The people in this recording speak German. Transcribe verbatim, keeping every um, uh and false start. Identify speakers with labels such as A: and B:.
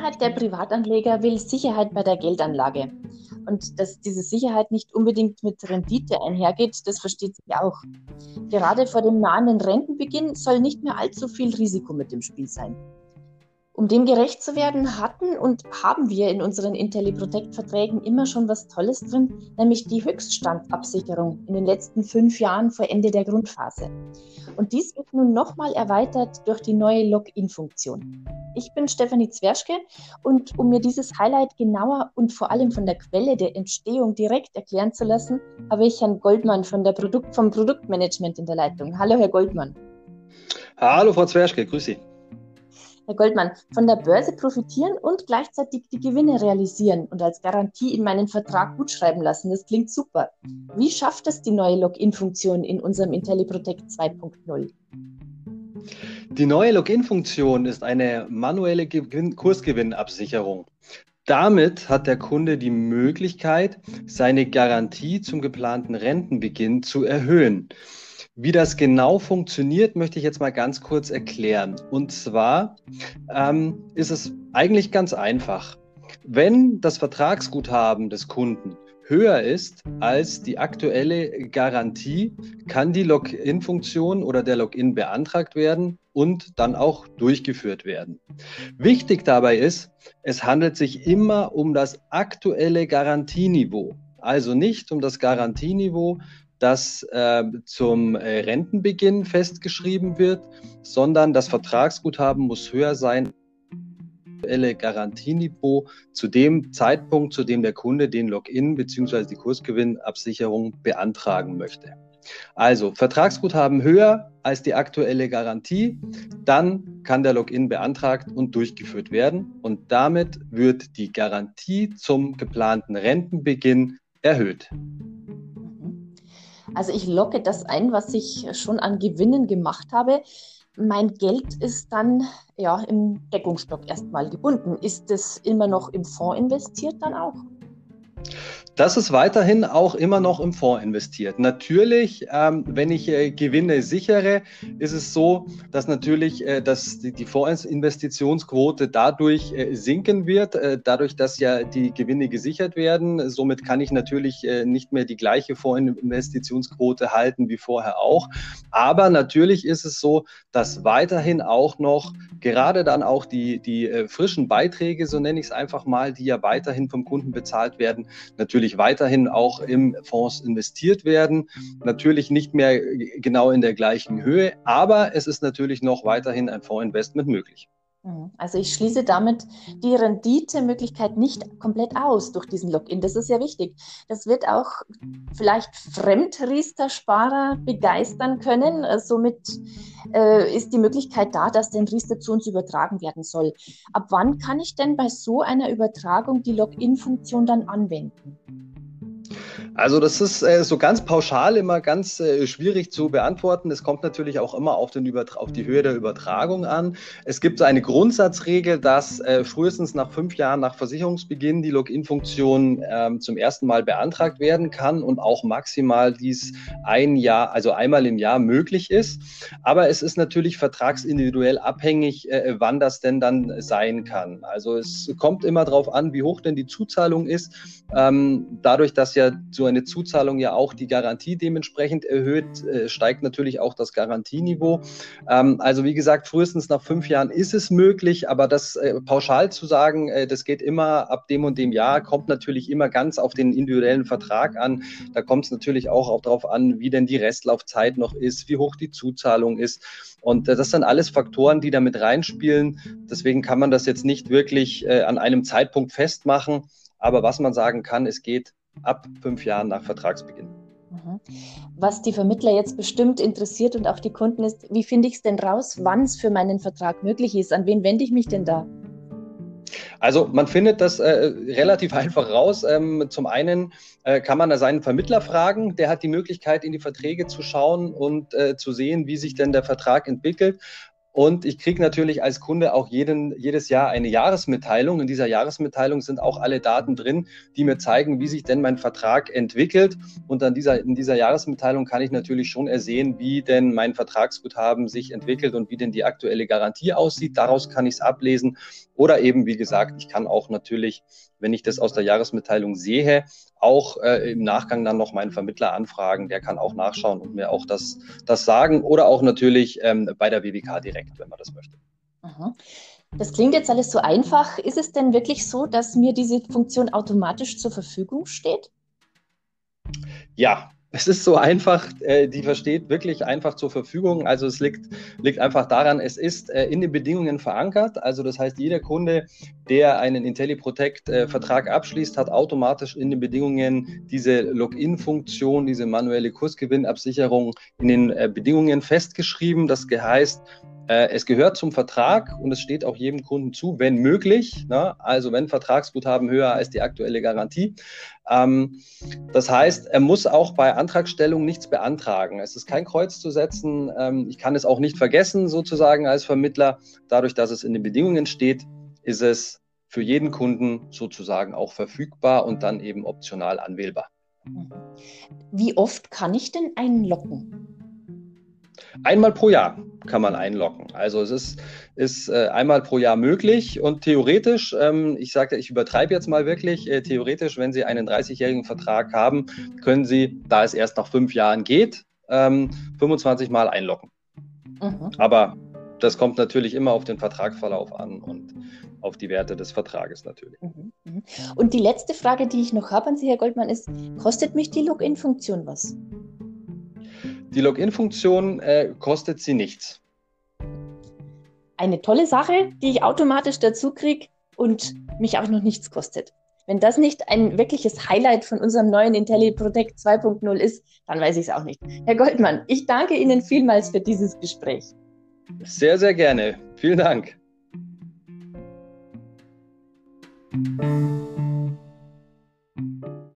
A: Mehrheit der Privatanleger will Sicherheit bei der Geldanlage. Und dass diese Sicherheit nicht unbedingt mit Rendite einhergeht, das versteht sich auch. Gerade vor dem nahenden Rentenbeginn soll nicht mehr allzu viel Risiko mit im Spiel sein. Um dem gerecht zu werden, hatten und haben wir in unseren IntelliProtect-Verträgen immer schon was Tolles drin, nämlich die Höchststandabsicherung in den letzten fünf Jahren vor Ende der Grundphase. Und dies wird nun nochmal erweitert durch die neue Login-Funktion. Ich bin Stefanie Zwerschke und um mir dieses Highlight genauer und vor allem von der Quelle der Entstehung direkt erklären zu lassen, habe ich Herrn Goldmann von der Produkt, vom Produktmanagement in der Leitung. Hallo, Herr Goldmann.
B: Hallo, Frau Zwerschke, grüß Sie.
A: Herr Goldmann, von der Börse profitieren und gleichzeitig die Gewinne realisieren und als Garantie in meinen Vertrag gutschreiben lassen, das klingt super. Wie schafft es die neue Login-Funktion in unserem IntelliProtect zwei Punkt null?
B: Die neue Login-Funktion ist eine manuelle Gewinn- Kursgewinnabsicherung. Damit hat der Kunde die Möglichkeit, seine Garantie zum geplanten Rentenbeginn zu erhöhen. Wie das genau funktioniert, möchte ich jetzt mal ganz kurz erklären. Und zwar ähm, ist es eigentlich ganz einfach. Wenn das Vertragsguthaben des Kunden höher ist als die aktuelle Garantie, kann die Login-Funktion oder der Login beantragt werden und dann auch durchgeführt werden. Wichtig dabei ist, es handelt sich immer um das aktuelle Garantieniveau, also nicht um das Garantieniveau, das äh, zum äh, Rentenbeginn festgeschrieben wird, sondern das Vertragsguthaben muss höher sein Garantieniveau zu dem Zeitpunkt, zu dem der Kunde den Login bzw. die Kursgewinnabsicherung beantragen möchte. Also Vertragsguthaben höher als die aktuelle Garantie, dann kann der Login beantragt und durchgeführt werden und damit wird die Garantie zum geplanten Rentenbeginn erhöht.
A: Also ich logge das ein, was ich schon an Gewinnen gemacht habe. Mein Geld ist dann ja im Deckungsstock erstmal gebunden. Ist es immer noch im Fonds investiert dann auch?
B: Das ist weiterhin auch immer noch im Fonds investiert. Natürlich, ähm, wenn ich äh, Gewinne sichere, ist es so, dass natürlich äh, dass die, die Fondsinvestitionsquote dadurch äh, sinken wird, äh, dadurch, dass ja die Gewinne gesichert werden. Somit kann ich natürlich äh, nicht mehr die gleiche Fondsinvestitionsquote halten wie vorher auch. Aber natürlich ist es so, dass weiterhin auch noch, gerade dann auch die, die äh, frischen Beiträge, so nenne ich es einfach mal, die ja weiterhin vom Kunden bezahlt werden, natürlich weiterhin auch im Fonds investiert werden. Natürlich nicht mehr genau in der gleichen Höhe, aber es ist natürlich noch weiterhin ein Fondsinvestment möglich.
A: Also ich schließe damit die Renditemöglichkeit nicht komplett aus durch diesen Login. Das ist ja wichtig. Das wird auch vielleicht Fremdriester-Sparer begeistern können. Somit äh, ist die Möglichkeit da, dass der Riester zu uns übertragen werden soll. Ab wann kann ich denn bei so einer Übertragung die Login-Funktion dann anwenden?
B: Also das ist äh, so ganz pauschal immer ganz äh, schwierig zu beantworten. Es kommt natürlich auch immer auf, den Übertra- auf die Höhe der Übertragung an. Es gibt so eine Grundsatzregel, dass äh, frühestens nach fünf Jahren nach Versicherungsbeginn die Login-Funktion ähm, zum ersten Mal beantragt werden kann und auch maximal dies ein Jahr, also einmal im Jahr möglich ist. Aber es ist natürlich vertragsindividuell abhängig, äh, wann das denn dann sein kann. Also es kommt immer darauf an, wie hoch denn die Zuzahlung ist. Ähm, dadurch, dass ja so eine Zuzahlung ja auch die Garantie dementsprechend erhöht, äh, steigt natürlich auch das Garantieniveau. Ähm, also wie gesagt, frühestens nach fünf Jahren ist es möglich, aber das äh, pauschal zu sagen, äh, das geht immer ab dem und dem Jahr, kommt natürlich immer ganz auf den individuellen Vertrag an. Da kommt es natürlich auch, auch darauf an, wie denn die Restlaufzeit noch ist, wie hoch die Zuzahlung ist. Und äh, das sind alles Faktoren, die da mit reinspielen. Deswegen kann man das jetzt nicht wirklich äh, an einem Zeitpunkt festmachen. Aber was man sagen kann, es geht ab fünf Jahren nach Vertragsbeginn.
A: Was die Vermittler jetzt bestimmt interessiert und auch die Kunden ist, wie finde ich es denn raus, wann es für meinen Vertrag möglich ist? An wen wende ich mich denn da?
B: Also man findet das äh, relativ einfach raus. Ähm, zum einen äh, kann man da seinen Vermittler fragen, der hat die Möglichkeit, in die Verträge zu schauen und äh, zu sehen, wie sich denn der Vertrag entwickelt. Und ich kriege natürlich als Kunde auch jeden, jedes Jahr eine Jahresmitteilung. In dieser Jahresmitteilung sind auch alle Daten drin, die mir zeigen, wie sich denn mein Vertrag entwickelt. Und an dieser, in dieser Jahresmitteilung kann ich natürlich schon ersehen, wie denn mein Vertragsguthaben sich entwickelt und wie denn die aktuelle Garantie aussieht. Daraus kann ich es ablesen. Oder eben, wie gesagt, ich kann auch natürlich, wenn ich das aus der Jahresmitteilung sehe, auch äh, im Nachgang dann noch meinen Vermittler anfragen. Der kann auch nachschauen und mir auch das, das sagen. Oder auch natürlich ähm, bei der W W K direkt, wenn man das möchte.
A: Aha. Das klingt jetzt alles so einfach. Ist es denn wirklich so, dass mir diese Funktion automatisch zur Verfügung steht?
B: Ja, es ist so einfach, äh, die versteht wirklich einfach zur Verfügung. Also es liegt, liegt einfach daran, es ist äh, in den Bedingungen verankert. Also das heißt, jeder Kunde, der einen IntelliProtect-Vertrag äh, abschließt, hat automatisch in den Bedingungen diese Login-Funktion, diese manuelle Kursgewinnabsicherung in den äh, Bedingungen festgeschrieben. Das heißt, äh, es gehört zum Vertrag und es steht auch jedem Kunden zu, wenn möglich, ne? Also wenn Vertragsguthaben höher als die aktuelle Garantie. Ähm, das heißt, er muss auch bei Antragstellung nichts beantragen. Es ist kein Kreuz zu setzen. Ähm, ich kann es auch nicht vergessen, sozusagen als Vermittler. Dadurch, dass es in den Bedingungen steht, ist es für jeden Kunden sozusagen auch verfügbar und dann eben optional anwählbar.
A: Wie oft kann ich denn einloggen?
B: Einmal pro Jahr kann man einloggen. Also es ist, ist äh, einmal pro Jahr möglich und theoretisch, ähm, ich sage, ich übertreibe jetzt mal wirklich, äh, theoretisch, wenn Sie einen dreißigjährigen Vertrag haben, können Sie, da es erst nach fünf Jahren geht, ähm, fünfundzwanzig Mal einloggen. Mhm. Aber das kommt natürlich immer auf den Vertragsverlauf an und auf die Werte des Vertrages natürlich.
A: Und die letzte Frage, die ich noch habe an Sie, Herr Goldmann, ist, kostet mich die Login-Funktion was?
B: Die Login-Funktion äh, kostet Sie nichts.
A: Eine tolle Sache, die ich automatisch dazu kriege und mich auch noch nichts kostet. Wenn das nicht ein wirkliches Highlight von unserem neuen IntelliProtect zwei Punkt null ist, dann weiß ich es auch nicht. Herr Goldmann, ich danke Ihnen vielmals für dieses Gespräch.
B: Sehr, sehr gerne. Vielen Dank.